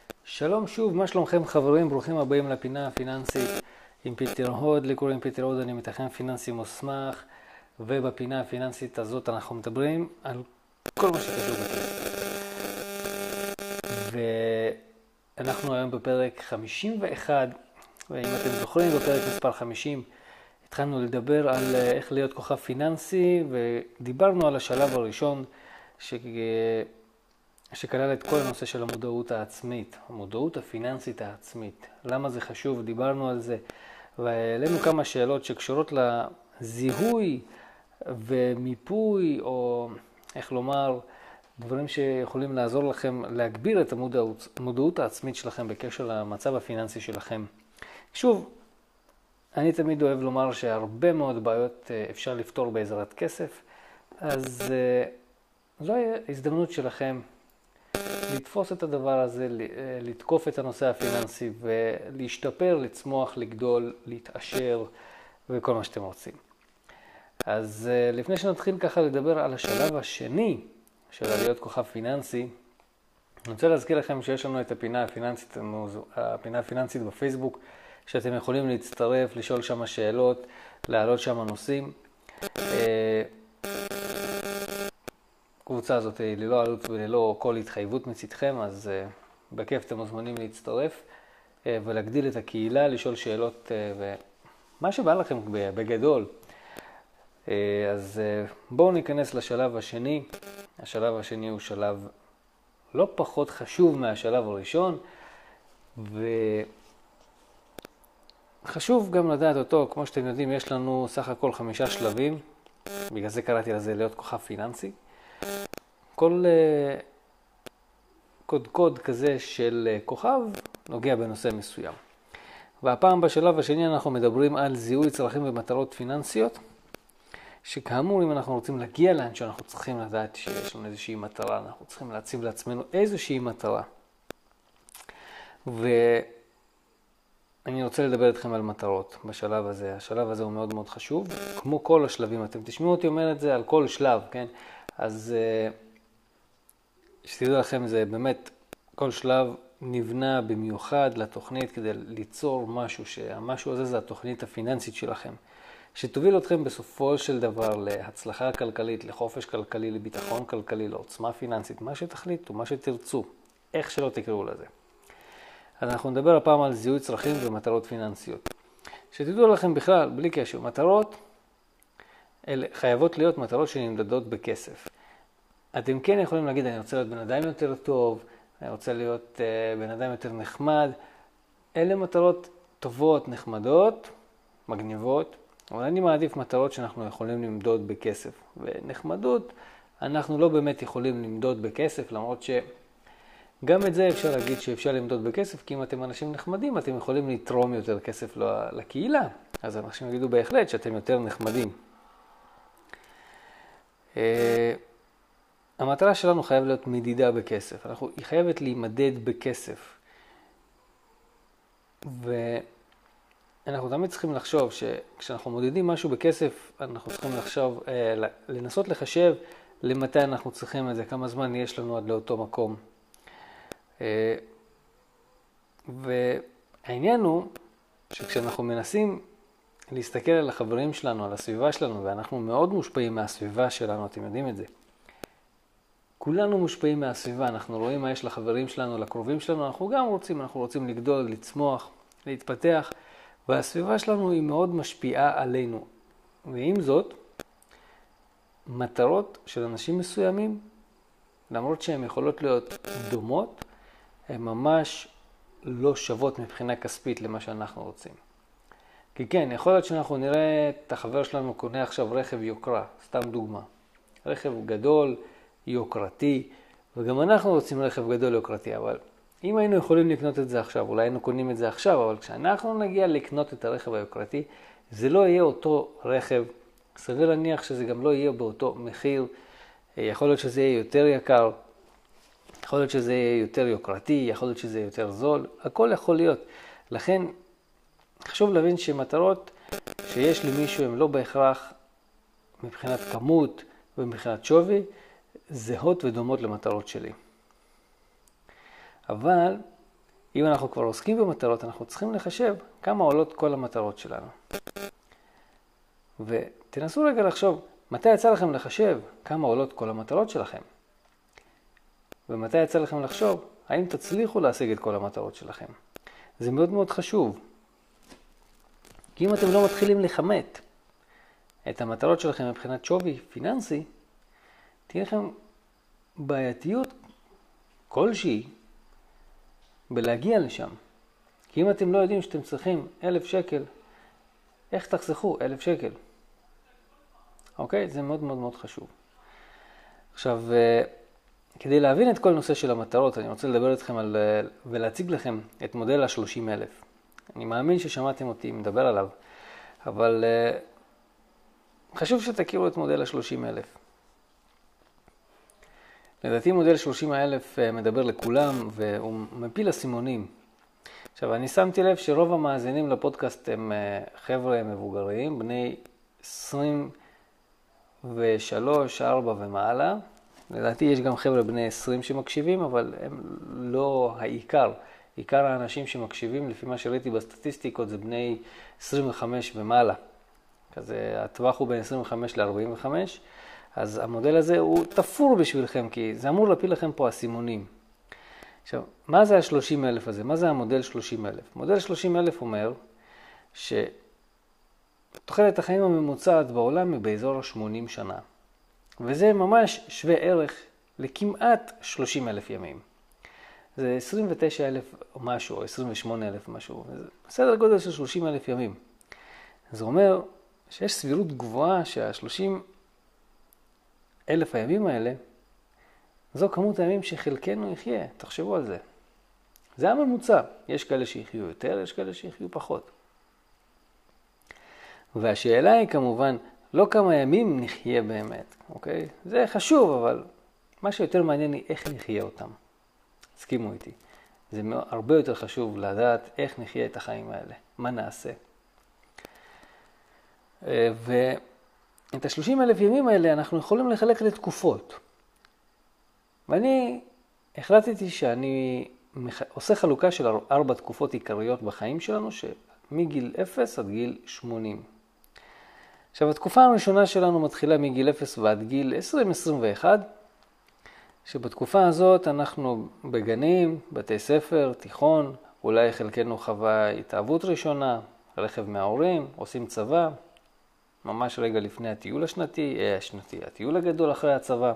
שלום שוב, מה שלומכם חברים? ברוכים הבאים לפינה הפיננסית עם פיטר הוד. לי קוראים פיטר הוד, אני מתכנן פיננסי מוסמך, ובפינה הפיננסית הזאת אנחנו מדברים על כל מה שקשור בכסף. ואנחנו היום בפרק 51, ואם אתם זוכרים בפרק מספר 50 התחלנו לדבר על איך להיות כוכב פיננסי, ודיברנו על השלב הראשון שכלל את כל הנושא של המודעות העצמית, המודעות הפיננסית העצמית. למה זה חשוב? דיברנו על זה, והעלינו כמה שאלות שקשורות לזיהוי ומיפוי, או איך לומר, דברים שיכולים לעזור לכם להגביר את המודעות העצמית שלכם בקשר למצב הפיננסי שלכם. שוב, אני תמיד אוהב לומר שהרבה מאוד בעיות אפשר לפתור בעזרת כסף, אז זו ההזדמנות שלכם לתפוס את הדבר הזה, לתקוף את הנושא הפיננסי ולהשתפר, לצמוח, לגדול, להתעשר וכל מה שאתם רוצים. אז לפני שנתחיל ככה לדבר על השלב השני של להיות כוכב פיננסי, אני רוצה להזכיר לכם שיש לנו את הפינה הפיננסית בפייסבוק, שאתם יכולים להצטרף, לשאול שם שאלות, להעלות שם נושאים. הקבוצה הזאת היא ללא עלות וללא כל התחייבות מצדכם, אז בכיף אתם מוזמנים להצטרף ולהגדיל את הקהילה, לשאול שאלות ומה שבא לכם בגדול. אז בואו ניכנס לשלב השני. השלב השני הוא שלב לא פחות חשוב מהשלב הראשון, וחשוב גם לדעת אותו. כמו שאתם יודעים, יש לנו סך הכל 5 שלבים, בגלל זה קראתי לזה להיות כוכב פיננסי. כל קוד כזה של כוכב נוגע בנושא מסוים. והפעם בשלב השני אנחנו מדברים על זיהוי צרכים ומטרות פיננסיות, שכאמור אם אנחנו רוצים להגיע לאן שאנחנו צריכים לדעת שיש לנו איזושהי מטרה, אנחנו צריכים להציב לעצמנו איזושהי מטרה. ואני רוצה לדבר איתכם על מטרות בשלב הזה. השלב הזה הוא מאוד מאוד חשוב, כמו כל השלבים. אתם תשמעו אותי אומר את זה על כל שלב, כן? אז שתדעו לכם, זה באמת, כל שלב נבנה במיוחד לתוכנית כדי ליצור משהו, שהמשהו הזה זה התוכנית הפיננסית שלכם, שתוביל אתכם בסופו של דבר להצלחה כלכלית, לחופש כלכלי, לביטחון כלכלי, לעוצמה פיננסית, מה שתחליטו, מה שתרצו, איך שלא תקראו לזה. אז אנחנו נדבר הפעם על זיהוי צרכים ומטרות פיננסיות. שתדעו לכם בכלל, בלי קשר, מטרות אלה חייבות להיות מטרות שנמדדות בכסף. אתם כן יכולים להגיד, אני רוצה להיות בן אדם יותר טוב, אני רוצה להיות בן אדם יותר נחמד. אלה מטרות טובות, נחמדות, מגניבות, אבל אני מעדיף מטרות שאנחנו יכולים למדוד בכסף. ונחמדות אנחנו לא באמת יכולים למדוד בכסף, למרות שגם את זה אפשר להגיד שאפשר למדוד בכסף, כי אם אתם אנשים נחמדים, אתם יכולים לתרום יותר כסף לקהילה. אז אנשים יגידו בהחלט שאתם יותר נחמדים. המטרה שלנו חייב להיות מדידה בכסף. היא חייבת להימדד בכסף. ואנחנו תמיד צריכים לחשוב שכשאנחנו מודדים משהו בכסף, אנחנו צריכים לנסות לחשב למתי אנחנו צריכים את זה, כמה זמן יש לנו עד לאותו מקום. והעניין הוא שכשאנחנו מנסים להסתכל על החברים שלנו, על הסביבה שלנו, ואנחנו מאוד מושפעים מהסביבה שלנו, אתם יודעים את זה. כולנו מושפעים מהסביבה, אנחנו רואים מה יש לחברים שלנו, לקרובים שלנו, אנחנו רוצים לגדול, לצמוח, להתפתח, והסביבה שלנו היא מאוד משפיעה עלינו. ועם זאת, מטרות של אנשים מסוימים, למרות שהן יכולות להיות דומות, הן ממש לא שוות מבחינה כספית למה שאנחנו רוצים. כי כן, יכול להיות שאנחנו נראה את החבר שלנו קונה עכשיו רכב יוקרה, סתם דוגמה. רכב גדול, יוקרתי, וגם אנחנו רוצים רכב גדול יוקרתי, אבל אם היינו יכולים לקנות את זה עכשיו, אולי היינו קונים את זה עכשיו, אבל כשאנחנו נגיע לקנות את הרכב היוקרתי, זה לא יהיה אותו רכב, סביר להניח שזה גם לא יהיה באותו מחיר, יכול להיות שזה יהיה יותר יקר, יכול להיות שזה יהיה יותר יוקרתי, יכול להיות שזה יהיה יותר זול, הכל יכול להיות. לכן חשוב להבין שמטרות שיש למישהו הם לא בהכרח מבחינת כמות ומבחינת שווי, זהות ודומות למטרות שלי. אבל אם אנחנו כבר עוסקים במטרות, אנחנו צריכים לחשב כמה עולות כל המטרות שלנו. ותנסו רגע לחשוב, מתי יצא לכם לחשב כמה עולות כל המטרות שלכם? ומתי יצא לכם לחשוב, האם תצליחו להשיג את כל המטרות שלכם? זה מאוד מאוד חשוב. כי אם אתם לא מתחילים לכמת את המטרות שלכם מבחינת שווי פיננסי, תהיה לכם בעייתיות כלשהי בלהגיע לשם. כי אם אתם לא יודעים שאתם צריכים 1,000 שקל, איך תחסכו 1,000 שקל? אוקיי? זה מאוד מאוד מאוד חשוב. עכשיו, כדי להבין את כל נושא של המטרות, אני רוצה לדבר איתכם ולהציג לכם את מודל ה-30,000. אני מאמין ששמעתם אותי מדבר עליו, אבל חשוב שתכירו את מודל ה-30,000. לדעתי מודל 30,000 מדבר לכולם והוא מפיל אסימונים. עכשיו, אני שמתי לב שרוב המאזינים לפודקאסט הם חבר'ה מבוגרים, בני 23, 4 ומעלה. לדעתי יש גם חבר'ה בני 20 שמקשיבים, אבל הם לא העיקר. עיקר האנשים שמקשיבים, לפי מה שראיתי בסטטיסטיקות, זה בני 25 ומעלה. כזה, הטווח הוא בין 25 ל-45. אז המודל הזה הוא תפור בשבילכם, כי זה אמור להפיל לכם פה אסימונים. עכשיו, מה זה ה-30,000 הזה? מה זה המודל 30,000? מודל 30,000 אומר שתוחלת החיים הממוצעת בעולם היא באזור ה-80 שנה. וזה ממש שווה ערך לכמעט 30,000 ימים. זה 29,000 משהו, או 28,000 משהו. זה בסדר גודל של 30,000 ימים. זה אומר שיש סבירות גבוהה שה-30,000 הימים האלה, זו כמות הימים שחלקנו יחיה. תחשבו על זה. זה הממוצע. יש כאלה שיחיו יותר, יש כאלה שיחיו פחות. והשאלה היא כמובן, לא כמה ימים נחיה באמת, אוקיי? זה חשוב, אבל מה שיותר מעניין היא איך נחיה אותם. הסכימו איתי. זה הרבה יותר חשוב לדעת איך נחיה את החיים האלה, מה נעשה. ואת ה-30,000 ימים האלה אנחנו יכולים לחלק לתקופות. ואני החלטתי שאני עושה חלוקה של 4 תקופות עיקריות בחיים שלנו, שמגיל 0 עד גיל 80. עכשיו, התקופה הראשונה שלנו מתחילה מגיל 0 ועד גיל 20-21, שבתקופה הזאת אנחנו בגנים, בתי ספר, תיכון, אולי חלקנו חווה התאהבות ראשונה, רכב מההורים, עושים צבא, ממש רגע לפני הטיול הטיול הגדול אחרי הצבא.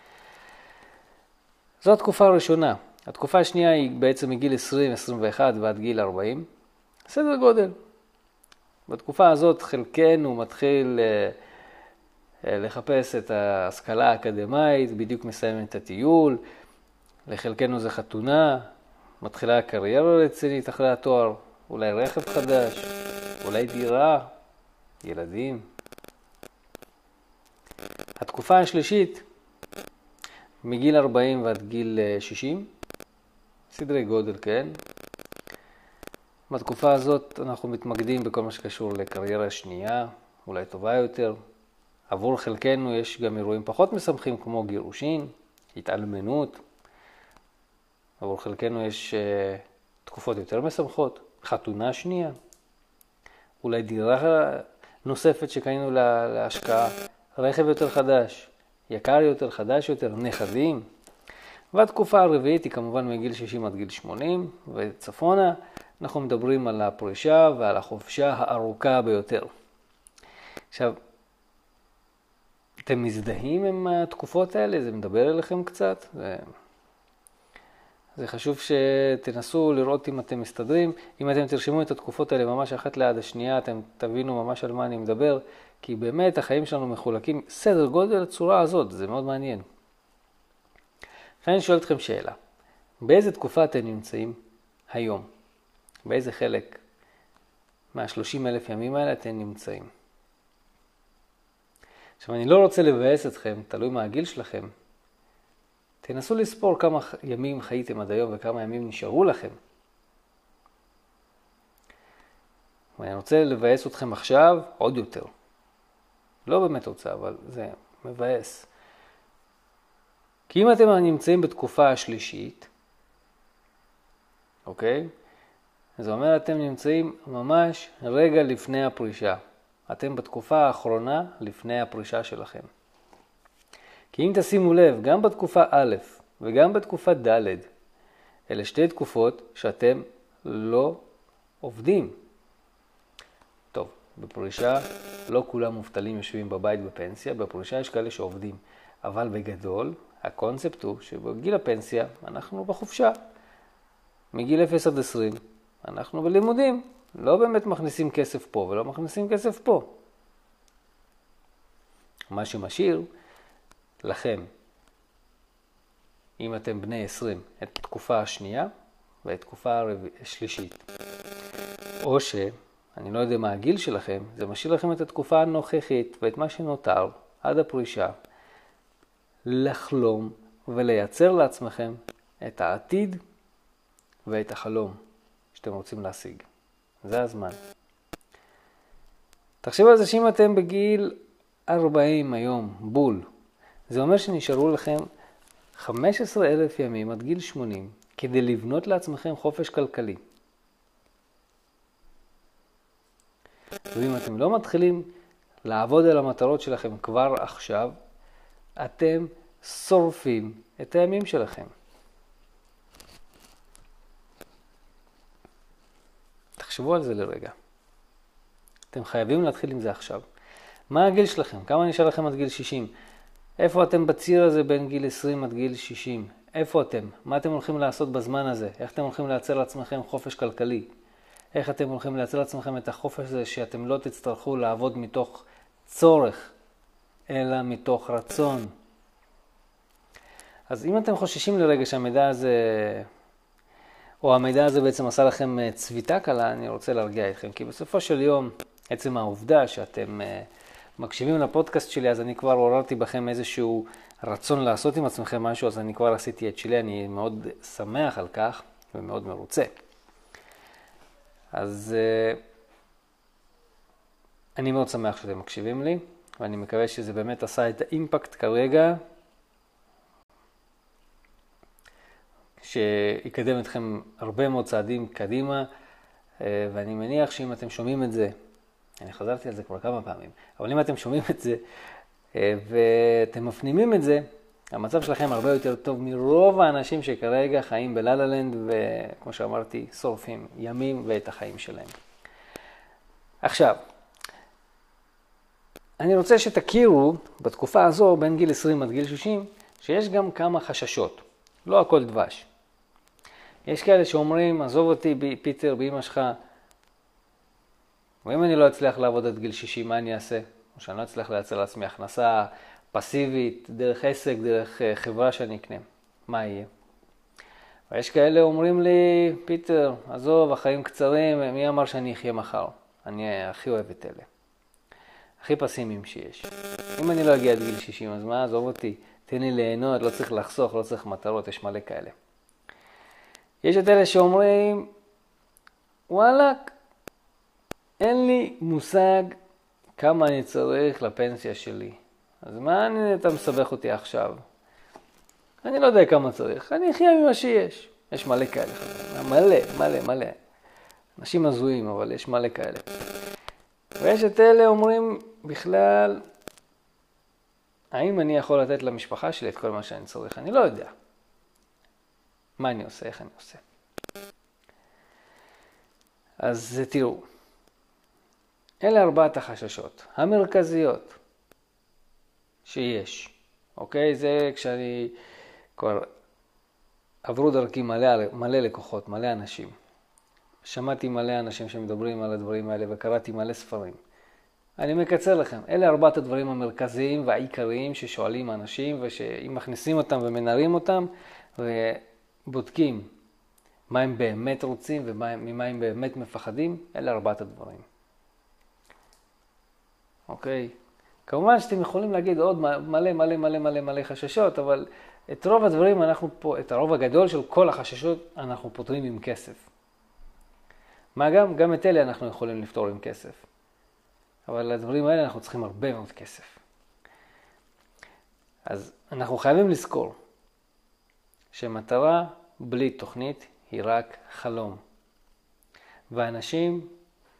זו התקופה הראשונה. התקופה השנייה היא בעצם מגיל 20-21 ועד גיל 40. סדר גודל. בתקופה הזאת חלקנו מתחיל לחפש את ההשכלה האקדמית, בדיוק מסיים את הטיול. לחלקנו זה חתונה, מתחילה הקריירה רצינית אחרי התואר, אולי רכב חדש, אולי דירה, ילדים. התקופה השלישית, מגיל 40 ועד גיל 60, סדרי גודל, כן? בתקופה הזאת אנחנו מתמקדים בכל מה שקשור לקריירה שנייה, אולי טובה יותר. עבור חלקנו יש גם אירועים פחות משמחים כמו גירושין, התאלמנות. עבור חלקנו יש תקופות יותר משמחות, חתונה שנייה. אולי דירה נוספת שקנינו להשקעה, רכב יותר חדש, יקר יותר, חדש יותר, נכדים. והתקופה הרביעית היא כמובן מגיל 60 עד גיל 80, וצפונה אנחנו מדברים על הפרישה ועל החופשה הארוכה ביותר. עכשיו, אתם מזדהים עם התקופות האלה? זה מדבר אליכם קצת? זה חשוב שתנסו לראות אם אתם מסתדרים. אם אתם תרשמו את התקופות האלה ממש אחת ליד השנייה, אתם תבינו ממש על מה אני מדבר, כי באמת החיים שלנו מחולקים סדר גודל לצורה הזאת, זה מאוד מעניין. לכן אני שואל אתכם שאלה, באיזה תקופה אתם נמצאים היום? באיזה חלק מה-30,000 ימים האלה אתם נמצאים? עכשיו, אני לא רוצה לבאס אתכם, תלוי מה הגיל שלכם. תנסו לספור כמה ימים חייתם עד היום וכמה ימים נשארו לכם. ואני רוצה לבאס אתכם עכשיו עוד יותר. לא באמת רוצה, אבל זה מבאס. כי אם אתם נמצאים בתקופה השלישית, אוקיי? זה אומר אתם נמצאים ממש רגע לפני הפרישה. אתם בתקופה האחרונה לפני הפרישה שלכם. כי אם תשימו לב, גם בתקופה א' וגם בתקופה ד', אלה שתי תקופות שאתם לא עובדים. טוב, בפרישה לא כולם מובטלים יושבים בבית בפנסיה, בפרישה יש כאלה שעובדים. אבל בגדול, הקונספט הוא שבגיל הפנסיה אנחנו בחופשה. מגיל 0 עד 20, אנחנו בלימודים. לא באמת מכניסים כסף פה ולא מכניסים כסף פה. מה שמשאיר לכם, אם אתם בני 20, את התקופה השנייה ואת התקופה השלישית. או שאני לא יודע מה הגיל שלכם, זה משאיר לכם את התקופה הנוכחית ואת מה שנותר עד הפרישה, לחלום ולייצר לעצמכם את העתיד ואת החלום שאתם רוצים להשיג. זה הזמן. תחשבו על זה שאם אתם בגיל 40 היום, בול, זה אומר שנשארו לכם 15,000 ימים עד גיל 80 כדי לבנות לעצמכם חופש כלכלי. ואם אתם לא מתחילים לעבוד על המטרות שלכם כבר עכשיו, אתם שורפים את הימים שלכם. תחשבו על זה לרגע. אתם חייבים להתחיל עם זה עכשיו. מה הגיל שלכם? כמה נשאר לכם עד גיל 60? איפה אתם בציר הזה בין גיל 20 עד גיל 60? איפה אתם? מה אתם הולכים לעשות בזמן הזה? איך אתם הולכים לייצר לעצמכם חופש כלכלי? איך אתם הולכים לייצר לעצמכם את החופש הזה שאתם לא תצטרכו לעבוד מתוך צורך, אלא מתוך רצון? אז אם אתם חוששים לרגע שהמידע הזה, או המידע הזה בעצם עשה לכם צביטה קלה, אני רוצה להרגיע אתכם. כי בסופו של יום, עצם העובדה שאתם מקשיבים לפודקאסט שלי, אז אני כבר עוררתי בכם איזשהו רצון לעשות עם עצמכם משהו, אז אני כבר עשיתי את שלי, אני מאוד שמח על כך ומאוד מרוצה. אז אני מאוד שמח שאתם מקשיבים לי, ואני מקווה שזה באמת עשה את האימפקט כרגע, שיקדם אתכם הרבה מאוד צעדים קדימה, ואני מניח שאם אתם שומעים את זה, אני חזרתי על זה כבר כמה פעמים, אבל אם אתם שומעים את זה ואתם מפנימים את זה, המצב שלכם הרבה יותר טוב מרוב האנשים שכרגע חיים בללה-לנד וכמו שאמרתי, שורפים ימים ואת החיים שלהם. עכשיו, אני רוצה שתכירו בתקופה הזו בין גיל 20 עד גיל 60 שיש גם כמה חששות, לא הכל דבש. יש כאלה שאומרים, עזוב אותי פיטר באמא שלך, ואם אני לא אצליח לעבוד עד גיל 60, מה אני אעשה? או שאני לא אצליח לייצר לעצמי הכנסה פסיבית, דרך עסק, דרך חברה שאני אקנה. מה יהיה? ויש כאלה אומרים לי, פיטר, עזוב, החיים קצרים, מי אמר שאני אחיה מחר? אני הכי אוהב את אלה. הכי פסימיים שיש. אם אני לא אגיע עד גיל 60, אז מה? עזוב אותי. תן לי ליהנות, לא צריך לחסוך, לא צריך מטרות, יש מלא כאלה. יש את אלה שאומרים, וואלק, אין לי מושג כמה אני צריך לפנסיה שלי. אז מה אתה מסבך אותי עכשיו? אני לא יודע כמה צריך, אני אחיה ממה שיש. יש מלא כאלה, מלא. אנשים הזויים, אבל יש מלא כאלה. ויש את אלה אומרים בכלל, האם אני יכול לתת למשפחה שלי את כל מה שאני צריך? אני לא יודע. מה אני עושה? איך אני עושה? אז תראו, אלה 4 החששות המרכזיות שיש. אוקיי? זה כשאני כבר עברו דרכי מלא לקוחות, מלא אנשים. שמעתי מלא אנשים שמדברים על הדברים האלה וקראתי מלא ספרים. אני מקצר לכם. אלה 4 הדברים המרכזיים והעיקריים ששואלים אנשים, ושאם מכניסים אותם ומנערים אותם ובודקים מה הם באמת רוצים וממה הם באמת מפחדים, אלה 4 הדברים. אוקיי? כמובן שאתם יכולים להגיד עוד מלא חששות, אבל את רוב הדברים את הרוב הגדול של כל החששות אנחנו פותרים עם כסף. מה גם את אלה אנחנו יכולים לפתור עם כסף. אבל לדברים האלה אנחנו צריכים הרבה מאוד כסף. אז אנחנו חייבים לזכור שמטרה בלי תוכנית היא רק חלום. ואנשים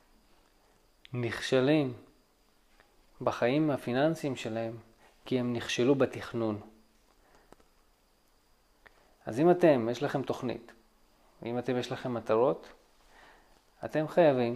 נכשלים בחיים הפיננסיים שלהם כי הם נכשלו בתכנון. אז אם יש לכם תוכנית, אם יש לכם מטרות, אתם חייבים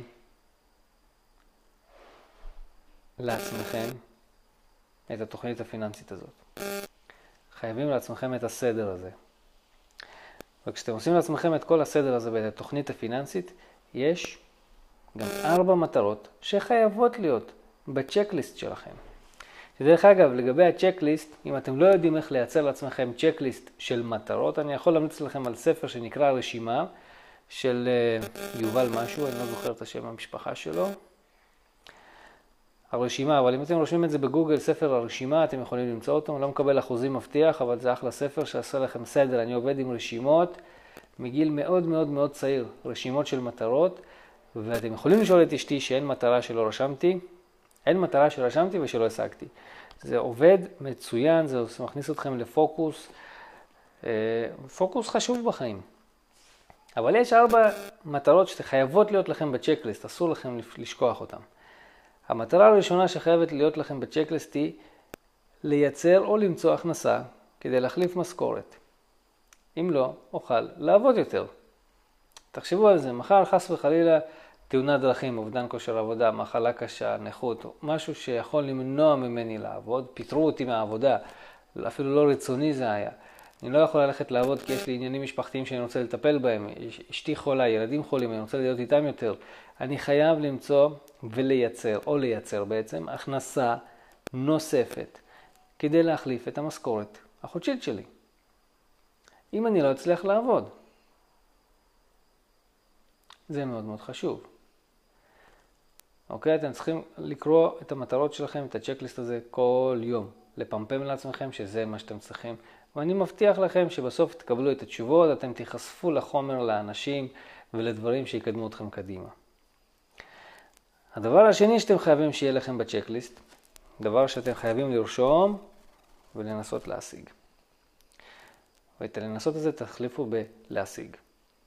לעצמכם את התוכנית הפיננסית הזאת. חייבים לעצמכם את הסדר הזה. וכשאתם עושים לעצמכם את כל הסדר הזה ואת התוכנית הפיננסית, יש גם 4 מטרות שחייבות להיות בצ'קליסט שלכם. שדרך אגב, לגבי הצ'קליסט, אם אתם לא יודעים איך לייצר לעצמכם צ'קליסט של מטרות, אני יכול להמליץ לכם על ספר שנקרא רשימה של יובל משהו, אני לא זוכר את השם המשפחה שלו. הרשימה, אבל אם אתם רושמים את זה בגוגל, ספר הרשימה, אתם יכולים למצוא אותו. לא מקבל אחוזים מבטיח, אבל זה אחלה ספר שעשה לכם סדר. אני עובד עם רשימות מגיל מאוד מאוד מאוד צעיר, רשימות של מטרות, ואתם יכולים לשאול את אשתי שאין מטרה שלא רשמתי, אין מטרה שרשמתי ושלא השגתי. זה עובד מצוין, זה מכניס אתכם לפוקוס, פוקוס חשוב בחיים. אבל יש 4 מטרות שחייבות להיות לכם בצ'קליסט, אסור לכם לשכוח אותן. המטרה הראשונה שחייבת להיות לכם בצ'קליסט היא לייצר או למצוא הכנסה כדי להחליף משכורת. אם לא, אוכל לעבוד יותר. תחשבו על זה, מחר חס וחלילה תאונת דרכים, אובדן כושר עבודה, מחלה קשה, נכות, משהו שיכול למנוע ממני לעבוד, פיטרו אותי מהעבודה, אפילו לא רצוני זה היה. אני לא יכול ללכת לעבוד כי יש לי עניינים משפחתיים שאני רוצה לטפל בהם, אשתי חולה, ילדים חולים, אני רוצה להיות איתם יותר. אני חייב למצוא ולייצר, או לייצר בעצם, הכנסה נוספת כדי להחליף את המשכורת החודשית שלי. אם אני לא אצליח לעבוד. זה מאוד מאוד חשוב. אוקיי? אתם צריכים לקרוא את המטרות שלכם, את הצ'קליסט הזה כל יום. לפמפם לעצמכם שזה מה שאתם צריכים. ואני מבטיח לכם שבסוף תקבלו את התשובות, אתם תיחשפו לחומר, לאנשים ולדברים שיקדמו אתכם קדימה. הדבר השני שאתם חייבים שיהיה לכם בצ'קליסט, דבר שאתם חייבים לרשום ולנסות להשיג. ואת הלנסות הזה תחליפו בלהשיג.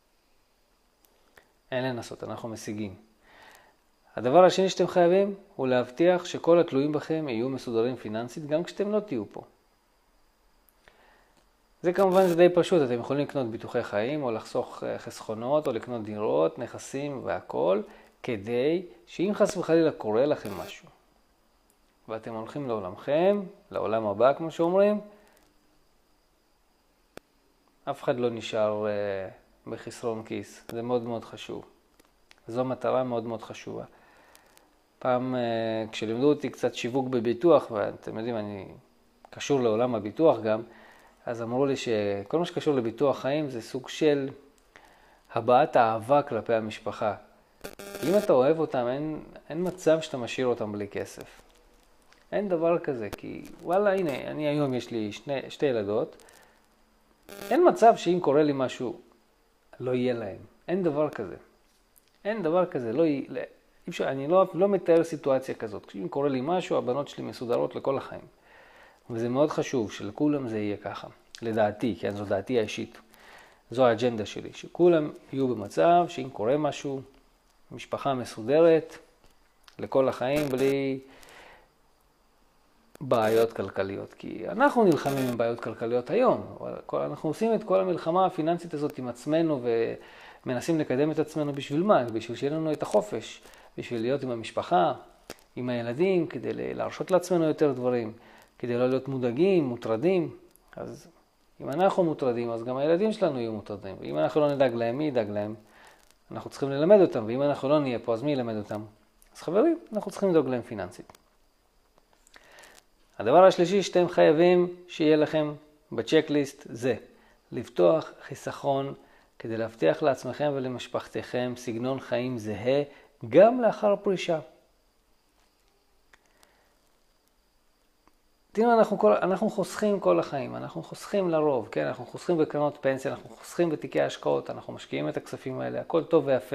אין לנסות, אנחנו משיגים. הדבר השני שאתם חייבים הוא להבטיח שכל התלויים בכם יהיו מסודרים פיננסית גם כשאתם לא תהיו פה. זה כמובן זה די פשוט, אתם יכולים לקנות ביטוחי חיים או לחסוך חסכונות או לקנות דירות, נכסים והכל, כדי שאם חס וחלילה קורה לכם משהו ואתם הולכים לעולמכם, לעולם הבא כמו שאומרים, אף אחד לא נשאר בחסרון כיס. זה מאוד מאוד חשוב. זו מטרה מאוד מאוד חשובה. פעם כשלימדו אותי קצת שיווק בביטוח, ואתם יודעים, אני קשור לעולם הביטוח גם, אז אמרו לי שכל מה שקשור לביטוח חיים זה סוג של הבעת האהבה כלפי המשפחה. אם אתה אוהב אותם, אין מצב שאתה משאיר אותם בלי כסף. אין דבר כזה, כי וואלה, הנה, אני היום יש לי שתי ילדות, אין מצב שאם קורה לי משהו, לא יהיה להם. אין דבר כזה. אין דבר כזה, לא יהיה, אני לא מתאר סיטואציה כזאת. אם קורה לי משהו, הבנות שלי מסודרות לכל החיים. וזה מאוד חשוב שלכולם זה יהיה ככה. לדעתי, כן, זו דעתי האישית. זו האג'נדה שלי, שכולם יהיו במצב שאם קורה משהו, משפחה מסודרת לכל החיים בלי בעיות כלכליות. כי אנחנו נלחמים עם בעיות כלכליות היום. אנחנו עושים את כל המלחמה הפיננסית הזאת עם עצמנו ומנסים לקדם את עצמנו בשביל מה? בשביל שיהיה לנו את החופש. בשביל להיות עם המשפחה, עם הילדים, כדי להרשות לעצמנו יותר דברים. כדי לא להיות מודאגים, מוטרדים. אז אם אנחנו מוטרדים, אז גם הילדים שלנו יהיו מוטרדים. ואם אנחנו לא נדאג להם, מי ידאג להם? אנחנו צריכים ללמד אותם, ואם אנחנו לא נהיה פה, אז מי ילמד אותם? אז חברים, אנחנו צריכים לדאוג להם פיננסית. הדבר השלישי שאתם חייבים שיהיה לכם בצ'קליסט זה לפתוח חיסכון כדי להבטיח לעצמכם ולמשפחתכם סגנון חיים זהה גם לאחר פרישה. תראו, אנחנו חוסכים כל החיים, אנחנו חוסכים לרוב, כן? אנחנו חוסכים בקרנות פנסיה, אנחנו חוסכים בתיקי השקעות, אנחנו משקיעים את הכספים האלה, הכל טוב ויפה.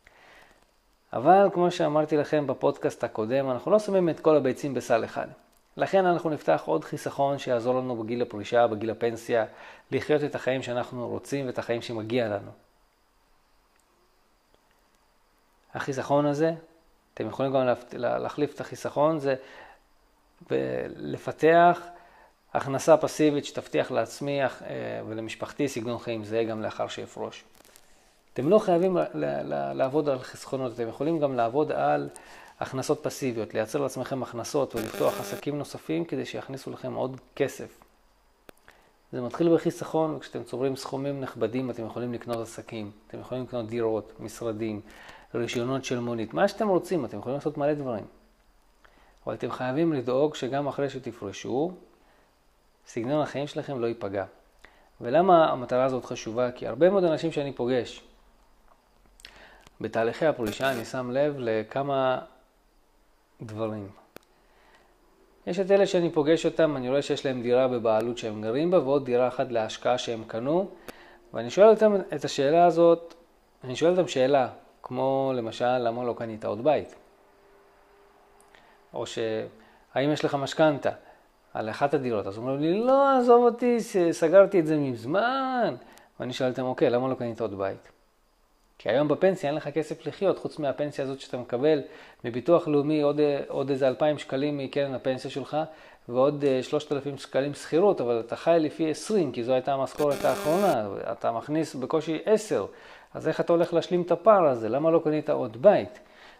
אבל כמו שאמרתי לכם בפודקאסט הקודם, אנחנו לא שמים את כל הביצים בסל אחד. לכן אנחנו נפתח עוד חיסכון שיעזור לנו בגיל הפרישה, בגיל הפנסיה, לחיות את החיים שאנחנו רוצים ואת החיים שמגיע לנו. החיסכון הזה, אתם יכולים גם להחליף את החיסכון, זה לפתח הכנסה פסיבית שתבטיח לעצמי ולמשפחתי סגנון חיים זה גם לאחר שיפרוש. אתם לא חייבים לעבוד על חסכונות, אתם יכולים גם לעבוד על הכנסות פסיביות, לייצר לעצמכם הכנסות ולפתוח עסקים נוספים כדי שיכניסו לכם עוד כסף. זה מתחיל בחיסכון, וכשאתם צוברים סכומים נכבדים אתם יכולים לקנות עסקים, אתם יכולים לקנות דירות, משרדים, רישיונות של מונית, מה שאתם רוצים, אתם יכולים לעשות מלא דברים. אבל אתם חייבים לדאוג שגם אחרי שתפרשו, סגנון החיים שלכם לא ייפגע. ולמה המטרה הזאת חשובה? כי הרבה מאוד אנשים שאני פוגש בתהליכי הפרישה, אני שם לב לכמה דברים. יש את אלה שאני פוגש אותם, אני רואה שיש להם דירה בבעלות שהם גרים בה, ועוד דירה אחת להשקעה שהם קנו, ואני שואל אותם את השאלה הזאת, אני שואל אותם שאלה, כמו למשל, למה לא קנית עוד בית? או האם יש לך משכנתה על אחת הדירות? אז אומרים לי, לא, עזוב אותי, סגרתי את זה מזמן. ואני שואלתם, אוקיי, למה לא קנית עוד בית? כי היום בפנסיה אין לך כסף לחיות, חוץ מהפנסיה הזאת שאתה מקבל מביטוח לאומי, עוד איזה 2,000 שקלים מקרן הפנסיה שלך, ועוד 3,000 שקלים שכירות, אבל אתה חי לפי 20, כי זו הייתה המשכורת האחרונה, אתה מכניס בקושי 10, אז איך אתה הולך להשלים את הפער הזה? למה לא קנית עוד בית?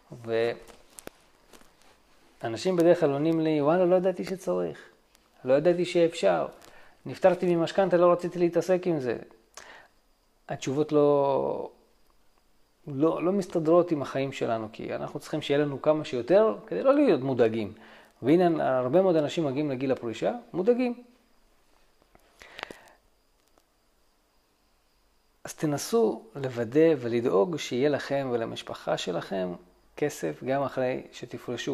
ואנשים בדרך כלל עונים לי, וואלה, לא ידעתי שצריך, לא ידעתי שאפשר, נפטרתי ממשכנתה, לא רציתי להתעסק עם זה. התשובות לא מסתדרות עם החיים שלנו, כי אנחנו צריכים שיהיה לנו כמה שיותר, כדי לא להיות מודאגים. והנה, הרבה מאוד אנשים מגיעים לגיל הפרישה, מודאגים. אז תנסו לוודא ולדאוג שיהיה לכם ולמשפחה שלכם כסף גם אחרי שתפרשו.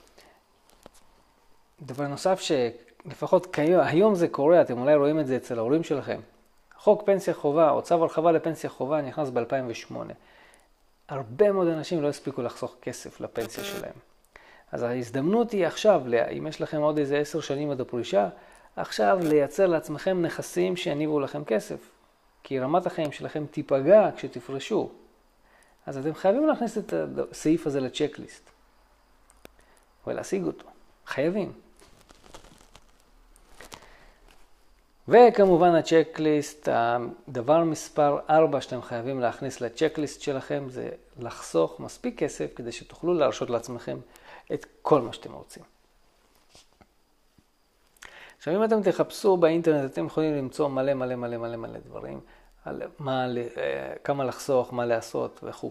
דבר נוסף שלפחות היום זה קורה, אתם אולי רואים את זה אצל ההורים שלכם. חוק פנסיה חובה או צו הרחבה לפנסיה חובה נכנס ב-2008. הרבה מאוד אנשים לא הספיקו לחסוך כסף לפנסיה שלהם. אז ההזדמנות היא עכשיו, אם יש לכם עוד איזה 10 שנים עד הפרישה, עכשיו לייצר לעצמכם נכסים שיניבו לכם כסף. כי רמת החיים שלכם תיפגע כשתפרשו. אז אתם חייבים להכניס את הסעיף הזה לצ'קליסט. ולהשיג אותו. חייבים. וכמובן הצ'קליסט, הדבר מספר 4 שאתם חייבים להכניס לצ'קליסט שלכם זה לחסוך מספיק כסף כדי שתוכלו להרשות לעצמכם את כל מה שאתם רוצים. עכשיו אם אתם תחפשו באינטרנט אתם יכולים למצוא מלא דברים על כמה לחסוך, מה לעשות וכו'.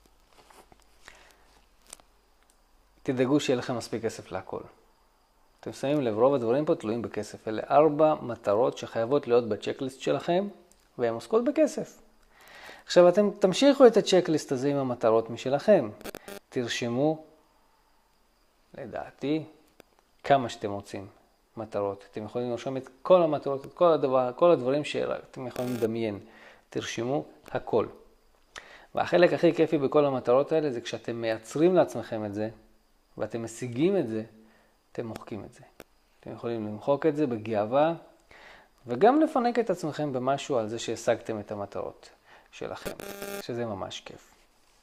תדאגו שיהיה לכם מספיק כסף להכל. אתם שמים לב, רוב הדברים פה תלויים בכסף. אלה 4 מטרות שחייבות להיות בצ'קליסט שלכם, והן עוסקות בכסף. עכשיו אתם תמשיכו את הצ'קליסט הזה עם המטרות משלכם. תרשמו, לדעתי, כמה שאתם רוצים מטרות. אתם יכולים לרשום את כל המטרות, את כל הדברים שאתם יכולים לדמיין. תרשמו הכל. והחלק הכי כיפי בכל המטרות האלה זה כשאתם מייצרים לעצמכם את זה, ואתם משיגים את זה, אתם מוחקים את זה. אתם יכולים למחוק את זה בגאווה, וגם לפנק את עצמכם במשהו על זה שהשגתם את המטרות שלכם, שזה ממש כיף.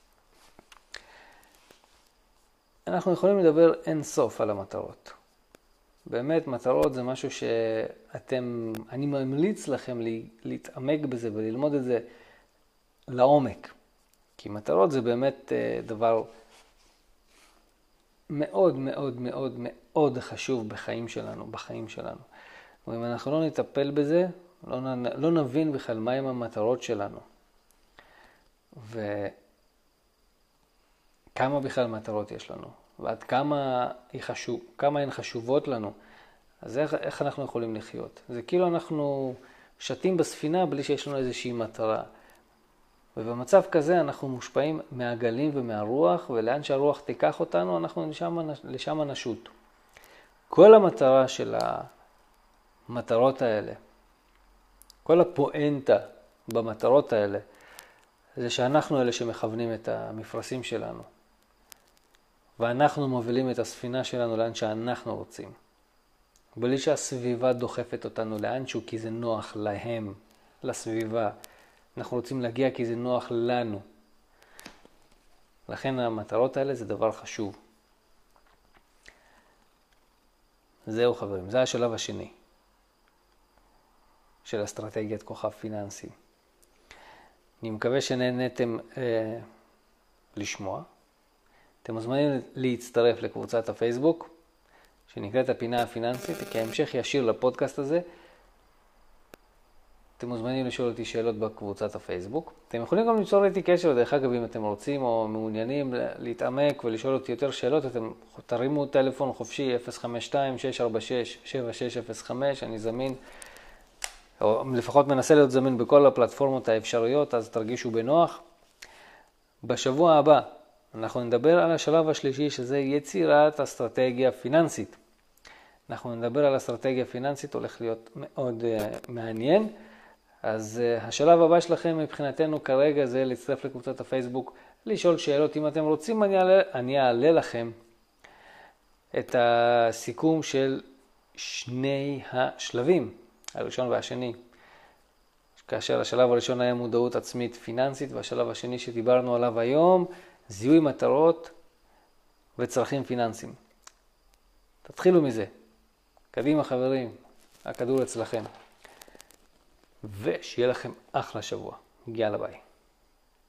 אנחנו יכולים לדבר אין סוף על המטרות. באמת, מטרות זה משהו אני ממליץ לכם להתעמק בזה וללמוד את זה לעומק. כי מטרות זה באמת דבר מאוד מאוד מאוד מאוד חשוב בחיים שלנו. ואם אנחנו לא נטפל בזה, לא נבין בכלל מהם המטרות שלנו. וכמה בכלל מטרות יש לנו. ועד כמה הן חשובות לנו. אז איך אנחנו יכולים לחיות? זה כאילו אנחנו שתים בספינה בלי שיש לנו איזושהי מטרה. ובמצב כזה אנחנו מושפעים מהגלים ומהרוח, ולאן שהרוח תיקח אותנו, אנחנו לשם נשוט. כל המטרה של המטרות האלה, כל הפואנטה במטרות האלה, זה שאנחנו אלה שמכוונים את המפרשים שלנו. ואנחנו מובילים את הספינה שלנו לאן שאנחנו רוצים. בלי שהסביבה דוחפת אותנו לאנשהו, כי זה נוח להם, לסביבה. אנחנו רוצים להגיע כי זה נוח לנו. לכן המטרות האלה זה דבר חשוב. זהו חברים, זה השלב השני של אסטרטגיית כוכב פיננסי. אני מקווה שנהנתם לשמוע. אתם מוזמנים להצטרף לקבוצת הפייסבוק, שנקראת הפינה הפיננסית, כהמשך ישיר לפודקאסט הזה. אתם מוזמנים לשאול אותי שאלות בקבוצת הפייסבוק. אתם יכולים גם ליצור איתי קשר, דרך אגב, אם אתם רוצים או מעוניינים להתעמק ולשאול אותי יותר שאלות, אתם תרימו טלפון חופשי 052-646-7605, אני זמין, או לפחות מנסה להיות זמין בכל הפלטפורמות האפשריות, אז תרגישו בנוח. בשבוע הבא אנחנו נדבר על השלב השלישי, שזה יצירת אסטרטגיה פיננסית. אנחנו נדבר על אסטרטגיה פיננסית, הולך להיות מאוד מעניין. אז השלב הבא שלכם מבחינתנו כרגע זה להצטרף לקבוצת הפייסבוק, לשאול שאלות. אם אתם רוצים אני אעלה לכם את הסיכום של שני השלבים, הראשון והשני. כאשר השלב הראשון היה מודעות עצמית פיננסית, והשלב השני שדיברנו עליו היום, זיהוי מטרות וצרכים פיננסיים. תתחילו מזה. קדימה חברים, הכדור אצלכם. ושיהיה לכם אחלה שבוע. יאללה ביי.